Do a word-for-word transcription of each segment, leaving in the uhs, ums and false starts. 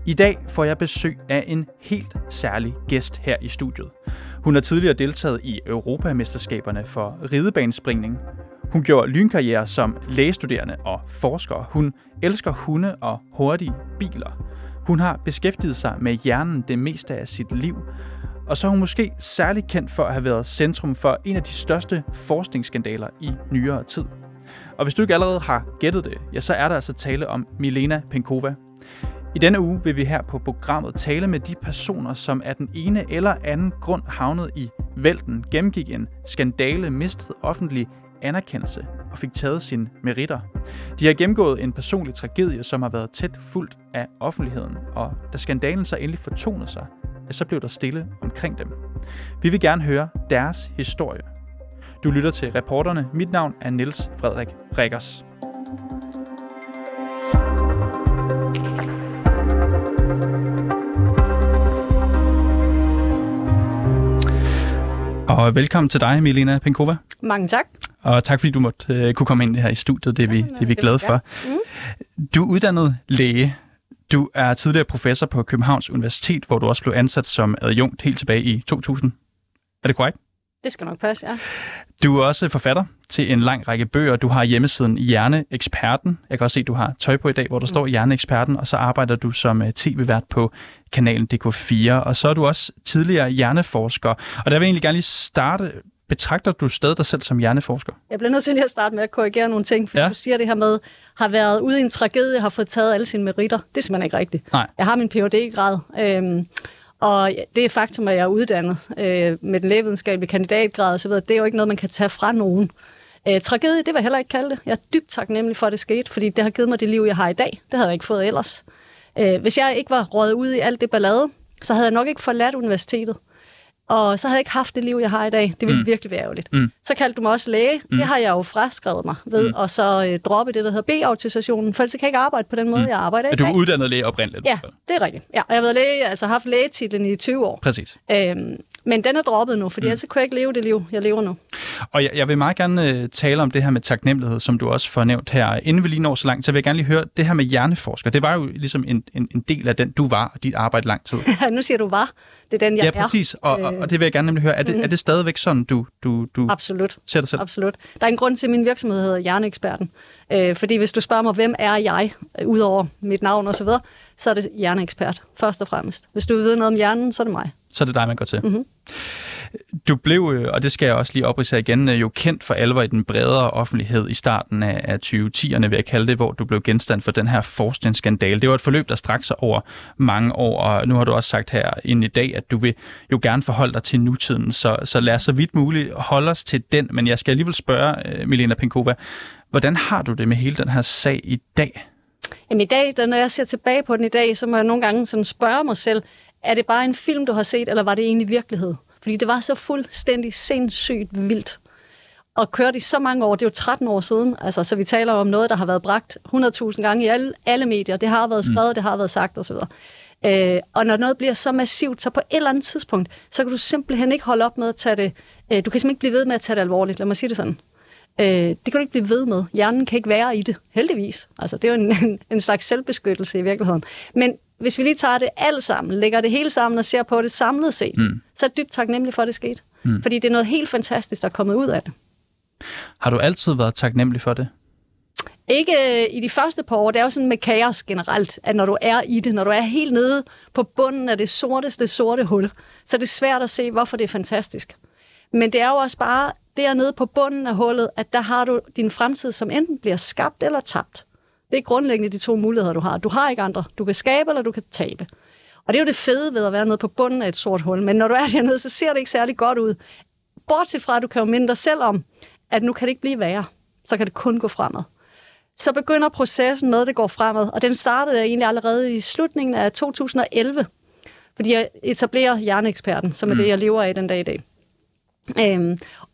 I dag får jeg besøg af en helt særlig gæst her i studiet. Hun har tidligere deltaget i Europamesterskaberne for ridebanespringning. Hun gjorde lynkarriere som lægestuderende og forsker. Hun elsker hunde og hurtige biler. Hun har beskæftiget sig med hjernen det meste af sit liv. Og så er hun måske særligt kendt for at have været centrum for en af de største forskningsskandaler i nyere tid. Og hvis du ikke allerede har gættet det, ja, så er der altså tale om Milena Penkowa. I denne uge vil vi her på programmet tale med de personer, som af den ene eller anden grund havnede i vælten, gennemgik en skandale, mistede offentlig anerkendelse og fik taget sine meritter. De har gennemgået en personlig tragedie, som har været tæt fulgt af offentligheden, og da skandalen så endelig fortonede sig, ja, så blev der stille omkring dem. Vi vil gerne høre deres historie. Du lytter til Reporterne. Mit navn er Niels Frederik Rikkers. Og velkommen til dig, Milena Penkowa. Mange tak. Og tak fordi du måtte uh, kunne komme ind her i studiet. Det er vi, det er vi glade for. Mm. Du er uddannet læge. Du er tidligere professor på Københavns Universitet, hvor du også blev ansat som adjunkt helt tilbage i to tusind. Er det korrekt? Det skal nok passe, ja. Du er også forfatter til en lang række bøger. Du har hjemmesiden Hjerneeksperten. Jeg kan også se, at du har tøj på i dag, hvor der står Hjerneeksperten, og så arbejder du som tv-vært på kanalen D K fire. Og så er du også tidligere hjerneforsker. Og der vil jeg egentlig gerne lige starte. Betragter du stadig dig selv som hjerneforsker? Jeg bliver nødt til lige at starte med at korrigere nogle ting, fordi ja. Du siger det her med, har været ude i en tragedie, har fået taget alle sine meritter. Det er simpelthen ikke rigtigt. Nej. Jeg har min P H D-grad, øhm, og det er faktum, at jeg er uddannet øh, med den lægevidenskabelige kandidatgrad og så videre. Det er jo ikke noget, man kan tage fra nogen. Øh, tragedie, det vil jeg heller ikke kalde det. Jeg er dybt taknemmelig for, at det skete, fordi det har givet mig det liv, jeg har i dag. Det havde jeg ikke fået ellers. Øh, hvis jeg ikke var røget ud i alt det ballade, så havde jeg nok ikke forladt universitetet. Og så havde jeg ikke haft det liv, jeg har i dag. Det ville mm. virkelig være ærgerligt. Mm. Så kaldte du mig også læge. Mm. Det har jeg jo fraskrevet mig ved, mm. og så øh, droppe det, der hedder B-autorisationen, for ellers kan jeg ikke arbejde på den måde, mm. jeg arbejder i dag. Du er uddannet læge oprindeligt? Ja, det er rigtigt. Ja, og jeg har været læge, altså haft lægetitlen i tyve år. Præcis. Øhm, men den er droppet nu, fordi mm. ellers kunne jeg ikke leve det liv, jeg lever nu. Og jeg, jeg vil meget gerne øh, tale om det her med taknemmelighed, som du også får nævnt her. Inden vi lige når så langt, så vil jeg gerne lige høre det her med hjerneforsker. Det var jo ligesom en, en, en del af den, du var, og dit arbejde lang tid. Nu siger du var. Det er den, jeg ja, præcis. er. Og, og, og det vil jeg gerne nemlig høre. Er det, mm-hmm. er det stadigvæk sådan, du, du, du Absolut. ser dig selv? Absolut. Der er en grund til, at min virksomhed hedder Hjerneeksperten. Øh, fordi hvis du spørger mig, hvem er jeg, øh, udover mit navn og så videre, så er det hjerneekspert, først og fremmest. Hvis du vil vide noget om hjernen, så er det mig. Så er det dig, man går til. Mm-hmm. Du blev, og det skal jeg også lige opridse igen, jo kendt for alvor i den bredere offentlighed i starten af tyve tierne, vil jeg kalde det, hvor du blev genstand for den her forskningsskandale. Det var et forløb, der strakte sig over mange år, og nu har du også sagt her inden i dag, at du vil jo gerne forholde dig til nutiden, så, så lad os så vidt muligt holde os til den. Men jeg skal alligevel spørge, Milena Penkowa, hvordan har du det med hele den her sag i dag? Jamen i dag, når jeg ser tilbage på den i dag, så må jeg nogle gange sådan spørge mig selv, er det bare en film, du har set, eller var det egentlig virkelighed? Fordi det var så fuldstændig sindssygt vildt. Og kørte i så mange år, det er jo tretten år siden, altså, så vi taler om noget, der har været bragt hundrede tusind gange i alle, alle medier. Det har været skrevet, mm. det har været sagt osv. Øh, og når noget bliver så massivt, så på et eller andet tidspunkt, så kan du simpelthen ikke holde op med at tage det, øh, du kan simpelthen ikke blive ved med at tage det alvorligt, lad mig sige det sådan. Øh, det kan du ikke blive ved med. Hjernen kan ikke være i det, heldigvis. Altså, det er jo en, en, en slags selvbeskyttelse i virkeligheden. Men hvis vi lige tager det alt sammen, lægger det hele sammen og ser på det samlet set, mm. så er jeg dybt taknemmelig for, at det skete. Mm. Fordi det er noget helt fantastisk, der er kommet ud af det. Har du altid været taknemmelig for det? Ikke i de første par år. Det er jo sådan med kaos generelt, at når du er i det, når du er helt nede på bunden af det sorteste sorte hul, så er det svært at se, hvorfor det er fantastisk. Men det er jo også bare dernede på bunden af hullet, at der har du din fremtid, som enten bliver skabt eller tabt. Det er grundlæggende de to muligheder, du har. Du har ikke andre. Du kan skabe, eller du kan tabe. Og det er jo det fede ved at være nede på bunden af et sort hul. Men når du er dernede, så ser det ikke særlig godt ud. Bortset fra, at du kan jo minde dig selv om, at nu kan det ikke blive værre. Så kan det kun gå fremad. Så begynder processen med, at det går fremad. Og den startede jeg egentlig allerede i slutningen af to tusind og elleve. Fordi jeg etablerer Hjerneeksperten, som er det, jeg lever af den dag i dag. Øhm, og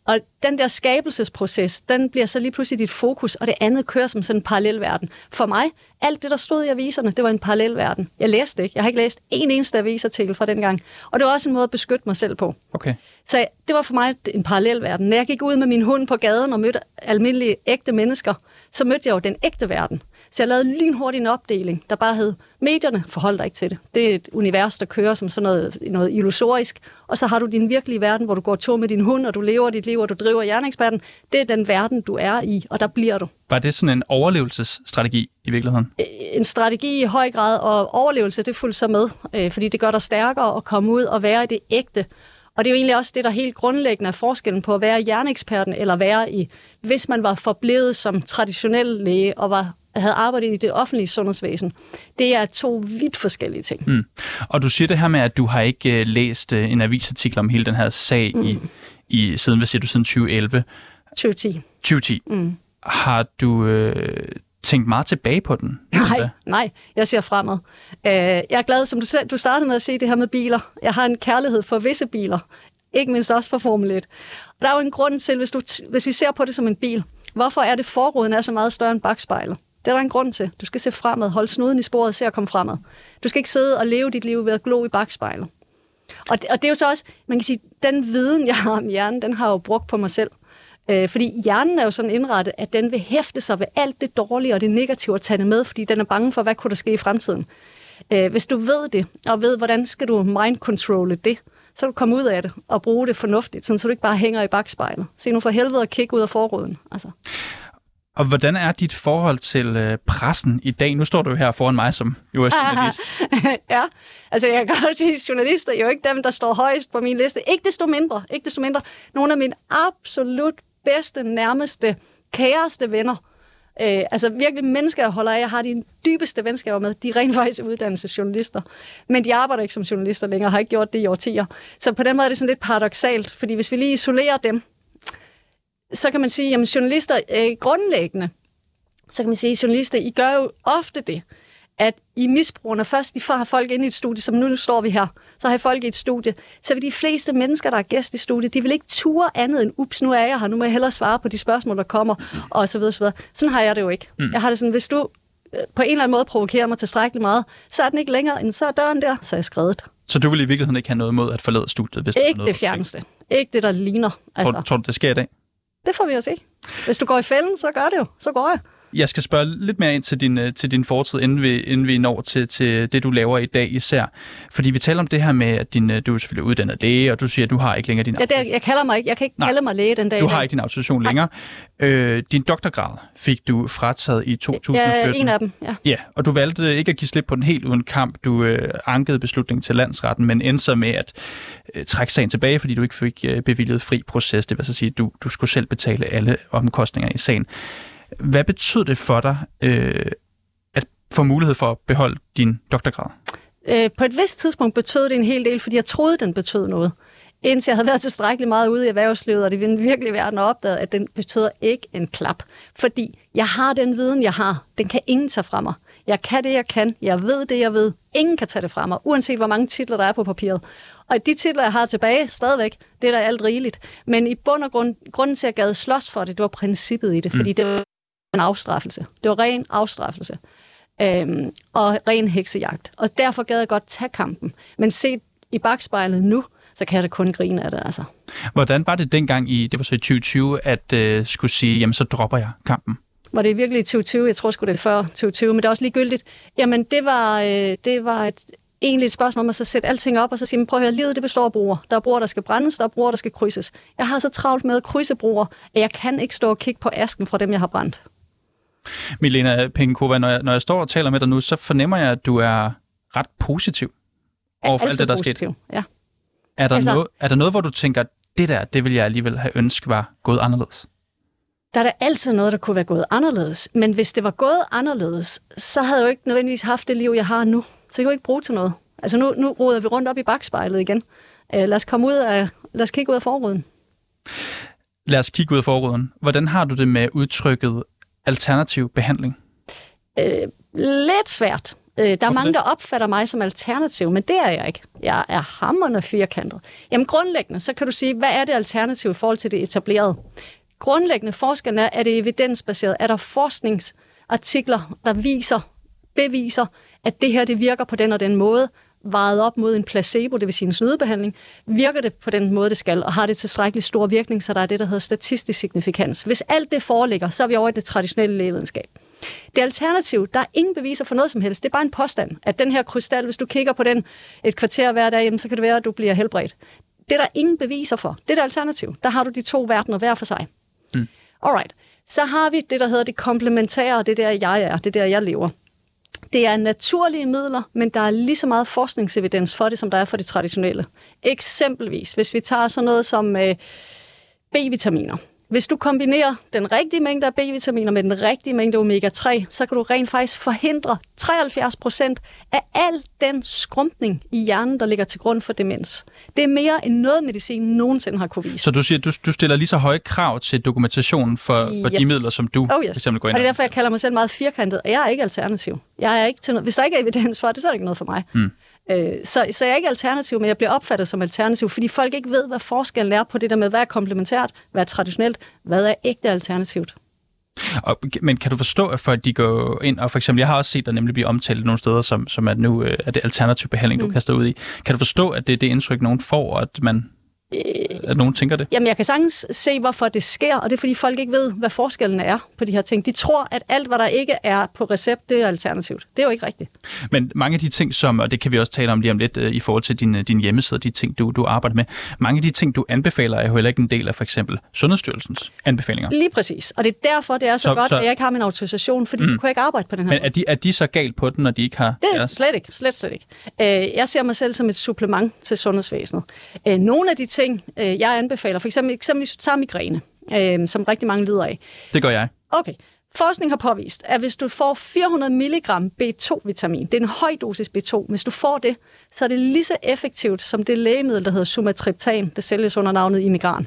den der skabelsesproces, den bliver så lige pludselig dit fokus, og det andet kører som sådan en parallelverden. For mig, alt det, der stod i aviserne, det var en parallelverden. Jeg læste ikke. Jeg har ikke læst en eneste avisartikel fra dengang. Og det var også en måde at beskytte mig selv på. Okay. Så det var for mig en parallelverden. Når jeg gik ud med min hund på gaden og mødte almindelige ægte mennesker, så mødte jeg jo den ægte verden. Så jeg lavede lynhurtigt en opdeling, der bare hed, medierne forholder dig ikke til det. Det er et univers, der kører som sådan noget, noget illusorisk, og så har du din virkelige verden, hvor du går tur med din hund, og du lever dit liv, og du driver Hjerneeksperten. Det er den verden, du er i, og der bliver du. Var det sådan en overlevelsesstrategi i virkeligheden? En strategi i høj grad, og overlevelse, det fulgte så med, fordi det gør dig stærkere at komme ud og være i det ægte. Og det er jo egentlig også det, der er helt grundlæggende er forskellen på at være hjerneeksperten, eller være i, hvis man var forblevet som traditionel læge, og var havde arbejdet i det offentlige sundhedsvæsen. Det er to vidt forskellige ting. Mm. Og du siger det her med, at du har ikke uh, læst uh, en avisartikel om hele den her sag mm. i, i siden, hvad siger du, siden tyve elleve? tyve ti. tyve ti. Mm. Har du uh, tænkt meget tilbage på den? Nej, nej, jeg ser fremad. Uh, jeg er glad, som du, selv, du startede med at se det her med biler. Jeg har en kærlighed for visse biler. Ikke mindst også for Formel et. Og der er jo en grund til, hvis, du, hvis vi ser på det som en bil, hvorfor er det forruden er så meget større end bakspejlet? Det er der en grund til. Du skal se fremad, holde snuden i sporet og se at komme fremad. Du skal ikke sidde og leve dit liv ved at glo i bakspejlet. Og det, og det er jo så også, man kan sige, den viden, jeg har om hjernen, den har jeg jo brugt på mig selv. Øh, fordi hjernen er jo sådan indrettet, at den vil hæfte sig ved alt det dårlige og det negative og tage det med, fordi den er bange for, hvad kunne der ske i fremtiden. Øh, hvis du ved det, og ved, hvordan skal du mind-controlle det, så kan du komme ud af det og bruge det fornuftigt, sådan, så du ikke bare hænger i bakspejlet. Se nu for helvede at kigge ud af forruden. Altså. Og hvordan er dit forhold til øh, pressen i dag? Nu står du jo her foran mig som jo er journalist. Ja, altså jeg kan godt sige, at journalister er jo ikke dem, der står højst på min liste. Ikke desto mindre, ikke desto mindre. Nogle af mine absolut bedste, nærmeste, kæreste venner, øh, altså virkelig mennesker, jeg holder af, jeg har de dybeste venskaber med, de er rent faktisk uddannelsesjournalister. Men de arbejder ikke som journalister længere, har ikke gjort det i årtier. Så på den måde er det sådan lidt paradoksalt, fordi hvis vi lige isolerer dem, så kan man sige, at journalister øh, grundlæggende, så kan man sige, at journalister, I gør jo ofte det, at I misbruger, når først de har folk inde i et studie, som nu, nu står vi her, så har I folk i et studie, så vil de fleste mennesker, der er gæst i studiet, de vil ikke ture andet end, ups, nu er jeg her, nu må jeg hellere svare på de spørgsmål, der kommer, og så videre, så videre. Sådan har jeg det jo ikke. Mm. Jeg har det sådan, hvis du på en eller anden måde provokerer mig tilstrækkeligt meget, så er den ikke længere end, så er døren der, så er jeg skrevet. Så du vil i virkeligheden ikke have noget mod at forlade studiet? Hvis ikke der noget, det fjerneste. Ikke det, der ligner. Altså. Tror, tror du, det sker i dag? Det får vi at se. Hvis du går i fælden, så gør det jo. Så går jeg. Jeg skal spørge lidt mere ind til din, til din fortid, inden vi, inden vi når til, til det, du laver i dag især. Fordi vi taler om det her med, at din, du er selvfølgelig uddannet læge, og du siger, at du har ikke længere din ja, det, jeg kalder mig ikke. Jeg kan ikke Nej, kalde mig læge den dag. Du har ikke din autorisation længere. Øh, din doktorgrad fik du frataget i to tusind sytten. Ja, en af dem, ja. Ja, og du valgte ikke at give slip på den helt uden kamp. Du øh, ankede beslutningen til landsretten, men endte så med at øh, trække sagen tilbage, fordi du ikke fik øh, bevilget fri proces. Det vil så sige, at du, du skulle selv betale alle omkostninger i sagen. Hvad betød det for dig, øh, at få mulighed for at beholde din doktorgrad? Øh, på et vist tidspunkt betød det en hel del, fordi jeg troede, den betød noget. Indtil jeg havde været tilstrækkeligt meget ude i erhvervslivet, og det ville virkelig verden og opdaget, at den betyder ikke en klap. Fordi jeg har den viden, jeg har. Den kan ingen tage fra mig. Jeg kan det, jeg kan. Jeg ved det, jeg ved. Ingen kan tage det fra mig, uanset hvor mange titler, der er på papiret. Og de titler, jeg har tilbage, stadigvæk, det er da alt rigeligt. Men i bund og grund, grunden til, at jeg gad slås for det, det var princippet i det, fordi mm. det var en afstraffelse. Det var ren afstraffelse. Øhm, og ren heksejagt. Og derfor gad jeg godt tage kampen. Men set i bagspejlet nu, så kan jeg da kun grine af det, altså. Hvordan var det dengang i, det var så i tyve tyve, at øh, skulle sige, jamen så dropper jeg kampen? Var det virkelig i tyve tyve? Jeg tror sgu det er før tyve tyve, men det er også ligegyldigt. Jamen det var, øh, det var et, egentlig et spørgsmål om at så sætte alting op, og så sige, prøv at høre, livet det består af broer. Der er broer, der skal brændes, der er broer, der skal krydses. Jeg har så travlt med at krydse broer, at jeg kan ikke stå og kigge på asken fra dem, jeg har brændt. Milena Pengenkova, når jeg, når jeg står og taler med dig nu, så fornemmer jeg, at du er ret positiv over for alt det, der er sket. Ja. Er der, altså, noget, er der noget, hvor du tænker, det der, det vil jeg alligevel have ønsket var gået anderledes? Der er der altid noget, der kunne være gået anderledes. Men hvis det var gået anderledes, så havde jeg jo ikke nødvendigvis haft det liv, jeg har nu. Så jeg kan jo ikke bruge til noget. Altså nu, nu roder vi rundt op i bagspejlet igen. Uh, lad os komme ud af, lad os kigge ud af forruden. Lad os kigge ud af forruden. Hvordan har du det med udtrykket alternativ behandling? Uh, lidt svært. Øh, der er Hvorfor mange, det? der opfatter mig som alternativ, men det er jeg ikke. Jeg er hamrende firkantet. Jamen grundlæggende, så kan du sige, hvad er det alternativ i forhold til det etablerede? Grundlæggende forskellen er, er det evidensbaseret? Er der forskningsartikler, der viser, beviser, at det her det virker på den og den måde, vejet op mod en placebo, det vil sige en snydebehandling, virker det på den måde, det skal, og har det tilstrækkeligt stor virkning, så der er det, der hedder statistisk signifikans. Hvis alt det foreligger, så er vi over i det traditionelle lægevidenskab. Det alternativ, der er ingen beviser for noget som helst. Det er bare en påstand, at den her krystal, hvis du kigger på den et kvarter hver dag, jamen, så kan det være, at du bliver helbredt. Det er der ingen beviser for. Det er det alternativ. Der har du de to verdener hver for sig. Mm. Alright. Så har vi det, der hedder det komplementære, og det der, jeg er, det der, jeg lever. Det er naturlige midler, men der er lige så meget forskningsevidens for det, som der er for det traditionelle. Eksempelvis, hvis vi tager sådan noget som øh, B-vitaminer. Hvis du kombinerer den rigtige mængde af B-vitaminer med den rigtige mængde omega tre, så kan du rent faktisk forhindre treoghalvfjerds procent af al den skrumpning i hjernen, der ligger til grund for demens. Det er mere end noget medicin nogensinde har kunne vise. Så du siger, du, du stiller lige så høje krav til dokumentation for, for yes. de midler, som du oh, yes. for eksempel går ind. Og det er derfor, jeg kalder mig selv meget firkantet, og jeg er ikke alternativ. Jeg er ikke til noget. Hvis der ikke er evidens for det, så er det ikke noget for mig. Mm. Så, så jeg er ikke alternativ, men jeg bliver opfattet som alternativ, fordi folk ikke ved, hvad forskellen er på det der med, hvad er komplementært, hvad er traditionelt, hvad er ægte alternativt. Og, men kan du forstå, at folk de går ind, og for eksempel, jeg har også set dig nemlig blive omtalt nogle steder, som, som er nu er det alternativ behandling, du mm. kaster ud i. Kan du forstå, at det er det indtryk, nogen får, at man... at nogen tænker det? Jamen, jeg kan sagtens se, hvorfor det sker, og det er, fordi folk ikke ved, hvad forskellen er på de her ting. De tror, at alt, hvad der ikke er på recept, det er alternativt. Det er jo ikke rigtigt. Men mange af de ting, som, og det kan vi også tale om lige om lidt uh, i forhold til din, din hjemmeside, de ting, du, du arbejder med, mange af de ting, du anbefaler, er jo heller ikke en del af for eksempel Sundhedsstyrelsens anbefalinger. Lige præcis, og det er derfor, det er så, så godt, så, at jeg ikke har min autorisation, fordi mm. så kunne jeg ikke arbejde på den her Men er de, er de så galt på den, når de ikke har... Det er deres? slet ikke, slet, slet ikke. Jeg ser mig selv som et supplement til sundhedsvæsenet. Nogle af de ting, jeg anbefaler, for eksempel, eksempel tager migræne, øh, som rigtig mange lider af. Det gør jeg. Okay. Forskning har påvist, at hvis du får fire hundrede milligram B to vitamin, det er en høj dosis B to, hvis du får det, så er det lige så effektivt som det lægemiddel, der hedder sumatriptan, det sælges under navnet Imigran.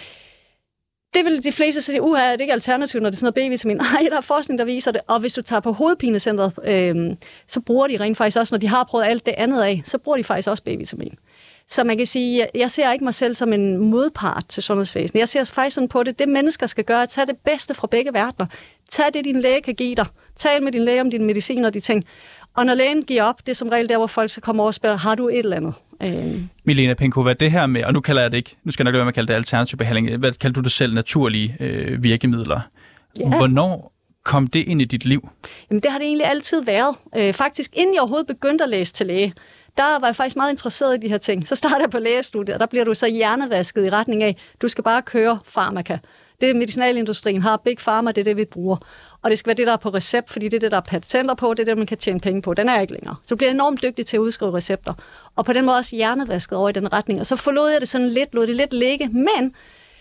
Det vil de fleste sige, uha, er det ikke alternativt, når det er sådan noget B-vitamin? Nej, der er forskning, der viser det. Og hvis du tager på hovedpinecentret, øh, så bruger de rent faktisk også, når de har prøvet alt det andet af, så bruger de faktisk også B-vitamin. Så man kan sige, jeg ser ikke mig selv som en modpart til sundhedsvæsenet. Jeg ser faktisk sådan på det, det mennesker skal gøre, at tage det bedste fra begge verdener. Tag det, din læge kan give dig. Tal med din læge om din medicin og de ting. Og når lægen giver op, det er som regel der, hvor folk så kommer over og spørger, har du et eller andet? Øh... Milena Penkow, hvad det her med, og nu kalder jeg det ikke, nu skal jeg nok lade være med at kalde det alternativ behandling, hvad kalder du det selv, naturlige øh, virkemidler? Ja. Hvornår kom det ind i dit liv? Jamen det har det egentlig altid været. Øh, faktisk inden jeg overhovedet begyndte at læse til læge, der var jeg faktisk meget interesseret i de her ting. Så starter jeg på lægestudiet, og der bliver du så hjernevasket i retning af, du skal bare køre farmaka. Det medicinalindustrien har, Big Pharma, det er det, vi bruger. Og det skal være det, der er på recept, fordi det er det, der er patenter på, det er det, man kan tjene penge på. Den er ikke længere. Så du bliver enormt dygtig til at udskrive recepter. Og på den måde også hjernevasket over i den retning. Og så forlod jeg det sådan lidt, lod det lidt ligge. Men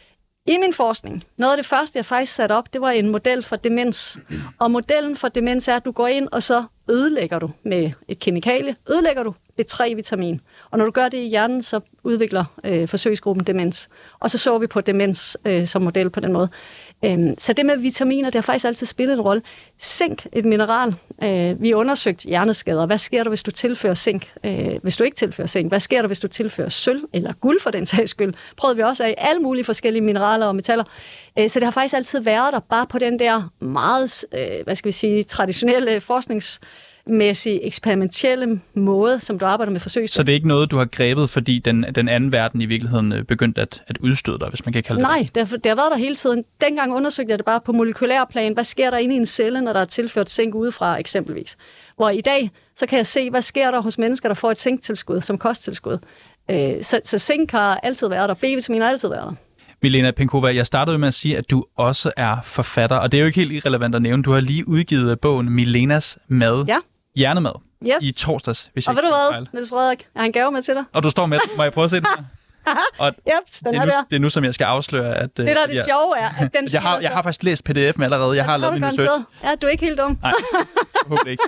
i min forskning, noget af det første, jeg faktisk satte op, det var en model for demens. Og modellen for demens er, at du går ind, og så ødelægger du med et kemikalie, ødelægger du B tre vitamin. Og når du gør det i hjernen, så udvikler øh, forsøgsgruppen demens. Og så så vi på demens øh, som model på den måde. Øhm, så det med vitaminer, det har faktisk altid spillet en rolle. Zink, et mineral. Øh, vi har undersøgt hjerneskader. Hvad sker der, hvis du tilfører zink? Øh, hvis du ikke tilfører zink? Hvad sker der, hvis du tilfører sølv eller guld for den sags skyld? Prøvede vi også af alle mulige forskellige mineraler og metaller. Øh, så det har faktisk altid været der, bare på den der meget, øh, hvad skal vi sige, traditionelle forsknings mæssig eksperimentelle måde, som du arbejder med forsøg. Så det er ikke noget, du har grebet, fordi den, den anden verden i virkeligheden begyndte at, at udstøde dig, hvis man kan kalde det? Nej, det har, det har været der hele tiden. Dengang undersøgte jeg det bare på molekylær plan. Hvad sker der inde i en celle, når der er tilført zink udefra, eksempelvis? Hvor i dag, så kan jeg se, hvad sker der hos mennesker, der får et zinktilskud som kosttilskud. Øh, så, så zink har altid været der. B-vitamin har altid været der. Milena Penkow, jeg startede med at sige, at du også er forfatter, og det er jo ikke helt irrelevant at nævne. Du har lige udgivet bogen Milenas Mad. Ja. Hjernemad. Yes. I torsdags, hvis og jeg ved du hvad, Niels Frederik, jeg har en gave med til dig. Og du står med Må jeg prøve at se den her? Og yep, den det, er nu, det er nu, som jeg skal afsløre, at... Det der er det jeg, sjove er, at den jeg har, jeg har faktisk læst P D F'en allerede. Jeg har lavet min research. Ja, du er ikke helt dum. Nej, forhåbentlig ikke.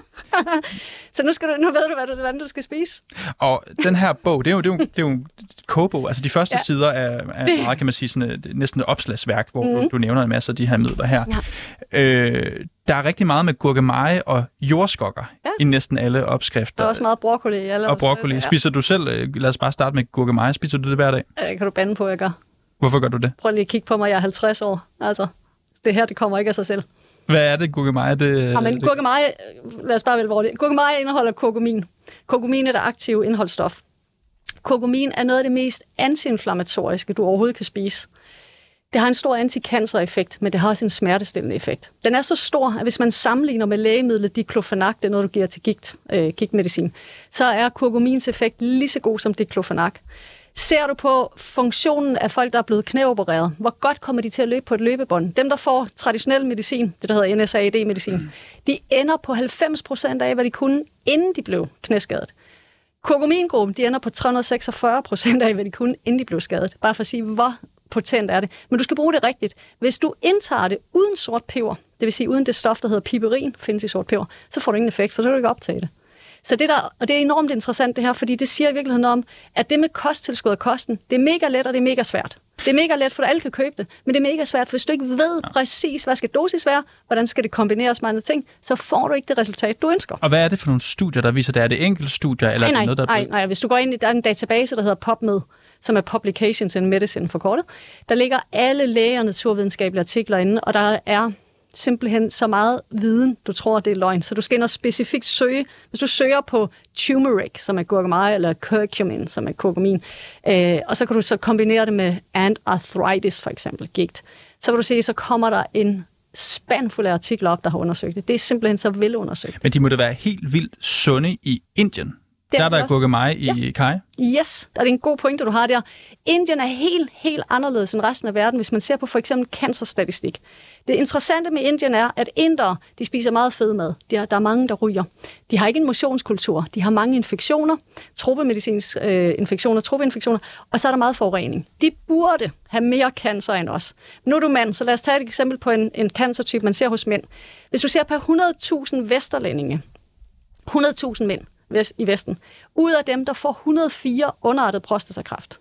Så nu, skal du, nu ved du, hvad du, hvordan du skal spise. Og den her bog, det er jo, det er jo, det er jo en kogebog. Altså de første ja. sider er, er meget, kan man sige, sådan et, næsten et opslagsværk, hvor mm. du, du nævner en masse af de her midler her. Ja. Øh, der er rigtig meget med gurkemeje og jordskokker ja. i næsten alle opskrifter. Der er også meget broccoli i alle. Og broccoli. Ja. Spiser du selv, lad os bare starte med gurkemeje, spiser du det hver dag? Ja, det kan du bande på, jeg gør. Hvorfor gør du det? Prøv lige at kigge på mig, jeg er halvtreds år. Altså, det her, det kommer ikke af sig selv. Hvad er det, gurkemeje? Det, ja, men gurkemeje, lad os bare vælge, hvor det gurkemeje indeholder kurkumin. Kurkumin er det aktive indholdsstof. Kurkumin er noget af det mest antiinflammatoriske, du overhovedet kan spise. Det har en stor anticancer-effekt, men det har også en smertestillende effekt. Den er så stor, at hvis man sammenligner med lægemidlet diclofenac, det er noget, du giver til gigt, øh, gigtmedicin, så er kurkumins effekt lige så god som diclofenac. Ser du på funktionen af folk, der er blevet knæopereret, hvor godt kommer de til at løbe på et løbebånd? Dem, der får traditionel medicin, det der hedder N S A I D-medicin, mm. de ender på halvfems procent af, hvad de kunne, inden de blev knæskadet. Kurkumingruppen, de ender på tre hundrede og seksogfyrre procent af, hvad de kunne, inden de blev skadet. Bare for at sige, hvor potent er det. Men du skal bruge det rigtigt. Hvis du indtager det uden sort peber, det vil sige uden det stof, der hedder piperin, findes i sort peber, så får du ingen effekt, for så kan du ikke optage det. Så det der, og det er enormt interessant det her, fordi det siger i virkeligheden om, at det med kosttilskud og kosten, det er mega let, og det er mega svært. Det er mega let, for alle kan købe det, men det er mega svært, for hvis du ikke ved ja. præcis, hvad skal dosis være, hvordan skal det kombineres med andre ting, så får du ikke det resultat, du ønsker. Og hvad er det for nogle studier, der viser det? Er det enkelte studier, eller nej, er det noget, der er nej, nej, hvis du går ind i, der er en database, der hedder PubMed, som er Publications in Medicine forkortet. Der ligger alle læge- og naturvidenskabelige artikler inde, og der er simpelthen så meget viden, du tror, det er løgn. Så du skal ind og specifikt søge. Hvis du søger på turmeric, som er gurkemeje, eller curcumin, som er kurkumin, øh, og så kan du så kombinere det med arthritis, for eksempel, gigt, så vil du se, så kommer der en spand fuld af artikler op, der har undersøgt det. Det er simpelthen så velundersøgt. Men de må da være helt vildt sunde i Indien. Der er der, der gurkemeje i ja. Kaj. Yes, og det er en god pointe, du har der. Indien er helt, helt anderledes end resten af verden, hvis man ser på for eksempel cancerstatistik. Det interessante med Indien er, at indere, de spiser meget fedmad. De har, der er mange, der ryger. De har ikke en motionskultur. De har mange infektioner, tropemedicinsk øh, infektioner, tropeinfektioner, og så er der meget forurening. De burde have mere cancer end os. Nu er du mand, så lad os tage et eksempel på en, en cancertype, man ser hos mænd. Hvis du ser på hundrede tusind vesterlændinge, hundrede tusind mænd, i Vesten. Ud af dem, der får hundrede og fire underartet prostatakræft.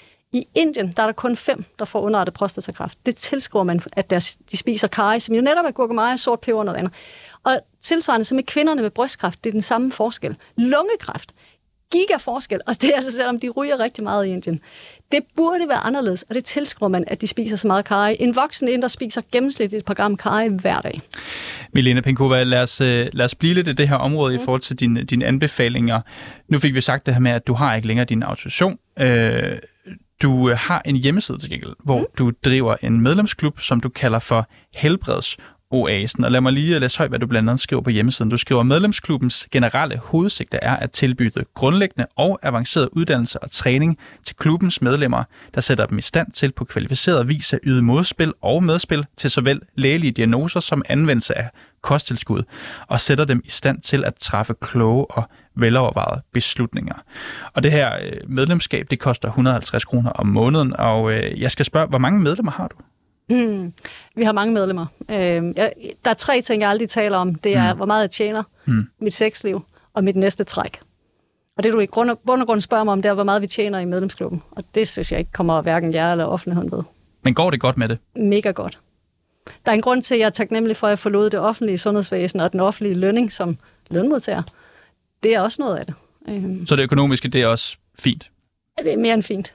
I Indien, der er der kun fem, der får underartet prostatakræft. Det tilskriver man, at deres, de spiser karry, som jo netop er gurkemeje, sort peber og noget andet. Og tilsvarende som med kvinderne med brystkræft, det er den samme forskel. Lungekræft, gigaforskel, og det er altså selvom de ryger rigtig meget i Indien. Det burde være anderledes, og det tilskriver man, at de spiser så meget karry. En voksen inder spiser gennemsnitligt et par gram karry hver dag. Milena Penkowa, lad os, lad os blive lidt i det her område mm. i forhold til dine, dine anbefalinger. Nu fik vi sagt det her med, at du har ikke længere din autorisation. Øh, du har en hjemmeside til gengæld, hvor mm. du driver en medlemsklub, som du kalder for Helbreds Oasen. Og lad mig lige læse højt, hvad du blandt andet skriver på hjemmesiden. Du skriver, medlemsklubbens generelle hovedsigte er at tilbyde grundlæggende og avanceret uddannelse og træning til klubbens medlemmer, der sætter dem i stand til på kvalificeret vis at yde modspil og medspil til såvel lægelige diagnoser som anvendelse af kosttilskud, og sætter dem i stand til at træffe kloge og velovervejede beslutninger. Og det her medlemskab, det koster et hundrede og halvtreds kroner om måneden, og jeg skal spørge, hvor mange medlemmer har du? Hmm. Vi har mange medlemmer. Øh, jeg, der er tre ting, jeg aldrig taler om. Det er, hmm. hvor meget jeg tjener, hmm. mit sexliv og mit næste træk. Og det, du i grund og, bund og grund spørger mig om, det er, hvor meget vi tjener i medlemsklubben. Og det synes jeg ikke kommer hverken jer eller offentligheden ved. Men går det godt med det? Mega godt. Der er en grund til, at jeg er taknemmelig for, at jeg forlod det offentlige sundhedsvæsen og den offentlige lønning som lønmodtager. Det er også noget af det. Så det økonomiske, det er også fint? Det er mere end fint.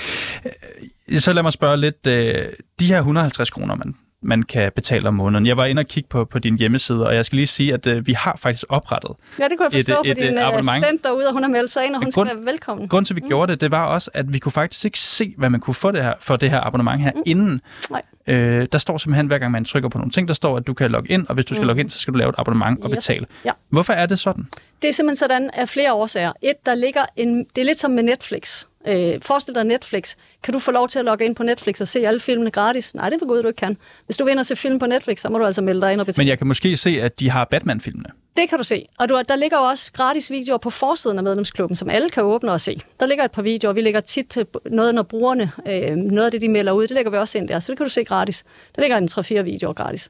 Så lad mig spørge lidt, de her et hundrede og halvtreds kroner, man, man kan betale om måneden. Jeg var inde og kigge på, på din hjemmeside, og jeg skal lige sige, at vi har faktisk oprettet ja, det kunne jeg forstå et, på din assistent derude, og hun har meldt sig ind, og hun grund, skal være velkommen. Grunden til, at vi mm. gjorde det, det var også, at vi kunne faktisk ikke se, hvad man kunne få det her, for det her abonnement her mm. inden. Nej. Øh, der står simpelthen, hver gang man trykker på nogle ting, der står, at du kan logge ind, og hvis du skal mm. logge ind, så skal du lave et abonnement og betale. Yes. Ja. Hvorfor er det sådan? Det er simpelthen sådan af flere årsager. Et, der ligger en, det er lidt som med Netflix. Øh, forestil dig Netflix. Kan du få lov til at logge ind på Netflix og se alle filmene gratis? Nej, det er for godt, du ikke kan. Hvis du vil ind og se film på Netflix, så må du altså melde dig ind og betale. Men jeg kan måske se, at de har Batman-filmene. Det kan du se. Og du, der ligger jo også gratis videoer på forsiden af medlemsklubben, som alle kan åbne og se. Der ligger et par videoer. Vi lægger tit til noget, når brugerne, øh, noget af det, de melder ud, det lægger vi også ind der. Så det kan du se gratis. Der ligger en tre fire videoer gratis.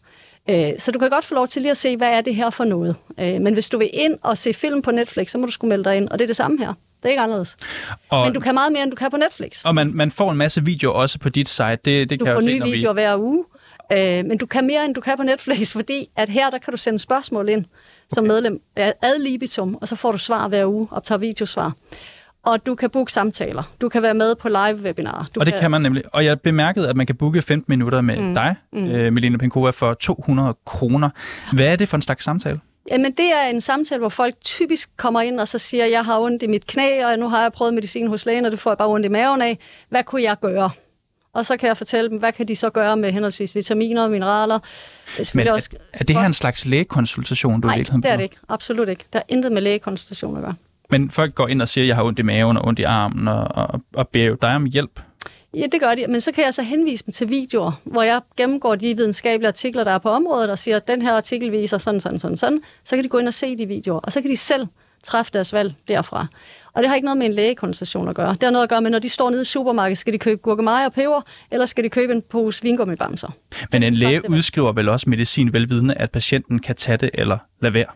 Øh, så du kan godt få lov til lige at se, hvad er det her for noget. Øh, men hvis du vil ind og se film på Netflix, så må du sgu melde dig ind, og det er det samme her. Det er ikke anderledes. Og, men du kan meget mere, end du kan på Netflix. Og man, man får en masse videoer også på dit site. Det, det du kan får jo nye se, videoer vi... hver uge. Øh, men du kan mere, end du kan på Netflix, fordi at her der kan du sende spørgsmål ind som okay. medlem ad libitum, og så får du svar hver uge, optager videosvar. Og du kan booke samtaler. Du kan være med på live-webinarer. Du og det kan... kan man nemlig. Og jeg bemærkede, at man kan booke femten minutter med mm. dig, mm. Øh, Milena Penkowa, for to hundrede kroner. Hvad er det for en slags samtale? Jamen, det er en samtale, hvor folk typisk kommer ind og så siger, jeg har ondt i mit knæ, og nu har jeg prøvet medicin hos lægen, og det får jeg bare ondt i maven af. Hvad kunne jeg gøre? Og så kan jeg fortælle dem, hvad kan de så gøre med henholdsvis vitaminer og mineraler. Men er, også, er det her en slags lægekonsultation, du Nej, virkelig har? det er det ikke. Absolut ikke. Der er intet med lægekonsultation at gøre. Men folk går ind og siger, at jeg har ondt i maven og ondt i armen, og, og, og beder jo dig om hjælp. Ja, det gør de. Men så kan jeg så henvise dem til videoer, hvor jeg gennemgår de videnskabelige artikler, der er på området, og siger, at den her artikel viser sådan, sådan, sådan, sådan. Så kan de gå ind og se de videoer, og så kan de selv træffe deres valg derfra. Og det har ikke noget med en lægekonsultation at gøre. Det har noget at gøre med, når de står nede i supermarkedet, skal de købe gurkemeje og peber, eller skal de købe en pose vingummibamser. Men en læge udskriver vel også medicin velvidende, at patienten kan tage det eller lade være?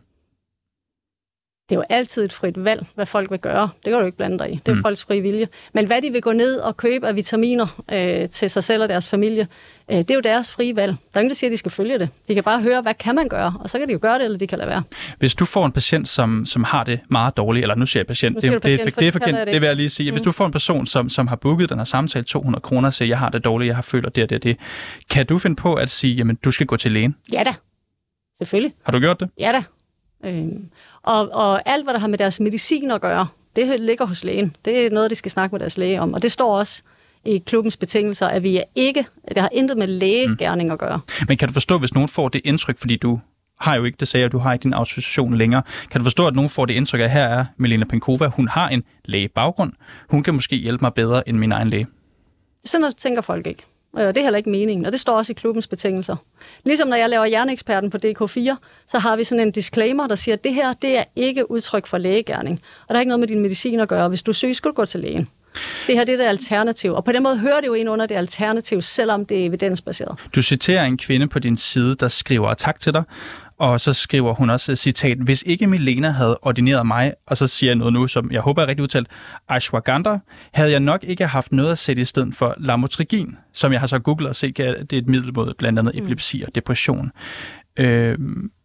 Det er jo altid et frit valg, hvad folk vil gøre. Det kan du ikke blande dig i. Det er mm. folks frie vilje. Men hvad de vil gå ned og købe af vitaminer øh, til sig selv og deres familie, øh, det er jo deres frie valg. Der er ingen, der siger, at de skal følge det. De kan bare høre, hvad kan man gøre, og så kan de jo gøre det, eller de kan lade være. Hvis du får en patient, som, som har det meget dårligt, eller nu siger jeg patient, det, patient, det, er, det er forkendt, det, det vil jeg lige sige. Mm. Hvis du får en person, som, som har booket den her samtale to hundrede kroner, og siger, jeg har det dårligt, jeg har følt det og det og det, kan du finde på at sige, jamen du skal gå til lægen? Ja da. Selvfølgelig. Har du gjort det? Ja da. Øhm, og, og alt, hvad der har med deres medicin at gøre, det ligger hos lægen. Det er noget, de skal snakke med deres læge om. Og det står også i klubbens betingelser, at vi er ikke, det har intet med lægegerning at gøre. Men kan du forstå, hvis nogen får det indtryk, fordi du har jo ikke, det sagde du har ikke din autorisation længere. Kan du forstå, at nogen får det indtryk, at her er Milena Penkowa, hun har en lægebaggrund. Hun kan måske hjælpe mig bedre end min egen læge. Sådan noget tænker folk ikke. Det er heller ikke meningen, og det står også i klubbens betingelser. Ligesom når jeg laver Hjerneeksperten på D K fire, så har vi sådan en disclaimer, der siger, at det her det er ikke udtryk for lægegerning. Og der er ikke noget med din medicin at gøre. Hvis du er syg, skal du gå til lægen. Det her det er det alternativ, og på den måde hører det jo ind under det alternativ, selvom det er evidensbaseret. Du citerer en kvinde på din side, der skriver tak til dig, og så skriver hun også citat, hvis ikke Milena havde ordineret mig, og så siger jeg noget nu, som jeg håber er rigtig udtalt, ashwagandha, havde jeg nok ikke haft noget at sætte i stedet for lamotrigin, som jeg har så googlet og set, at det er et middel mod blandt andet epilepsi og depression. Øh,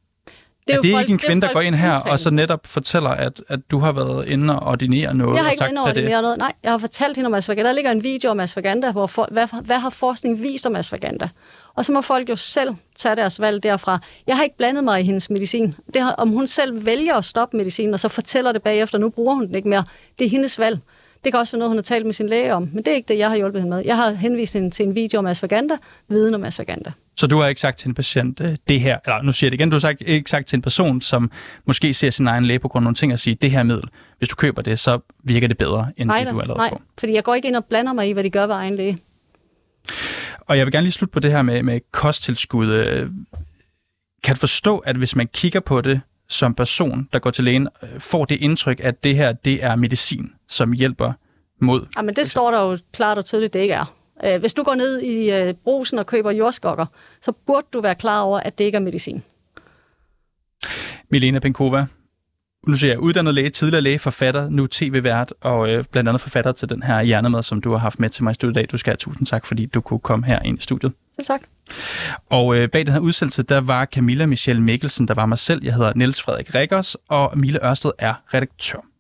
Det er, er det folks, ikke en kvinde, der går ind her udtagelse. Og så netop fortæller, at, at du har været inde og ordinere noget? Jeg har ikke været inde og ordinere noget. Nej, jeg har fortalt hende om ashwagandha. Der ligger en video om ashwagandha, hvor for, hvad, hvad har forskning vist om ashwagandha? Og så må folk jo selv tage deres valg derfra. Jeg har ikke blandet mig i hendes medicin. Det har, om hun selv vælger at stoppe medicinen, og så fortæller det bagefter, nu bruger hun den ikke mere. Det er hendes valg. Det kan også være noget, hun har talt med sin læge om, men det er ikke det, jeg har hjulpet hende med. Jeg har henvist hende til en video om ashwagandha, viden om ashwagandha. Så du har ikke sagt til en patient det her, eller nu siger jeg det igen, du har sagt, ikke sagt til en person, som måske ser sin egen læge på grund af nogle ting og siger, det her middel, hvis du køber det, så virker det bedre, end nej, det du allerede nej, får. Fordi jeg går ikke ind og blander mig i, hvad de gør ved egen læge. Og jeg vil gerne lige slutte på det her med, med kosttilskud. Kan du forstå, at hvis man kigger på det som person, der går til lægen, får det indtryk, at det her, det er medicin, som hjælper mod? Jamen det står der jo klart og tydeligt, det ikke er. Hvis du går ned i Brugsen og køber jordskokker, så burde du være klar over, at det ikke er medicin. Milena Penkowa, nu siger jeg uddannet læge, tidligere læge, forfatter, nu tv-vært og øh, blandt andet forfatter til den her hjernemad, som du har haft med til mig i studiet i dag. Du skal have tusind tak, fordi du kunne komme her ind i studiet. Selv tak. Og øh, bag den her udsendelse, der var Camilla Michelle Mikkelsen, der var mig selv. Jeg hedder Niels Frederik Rikkers, og Mille Ørsted er redaktør.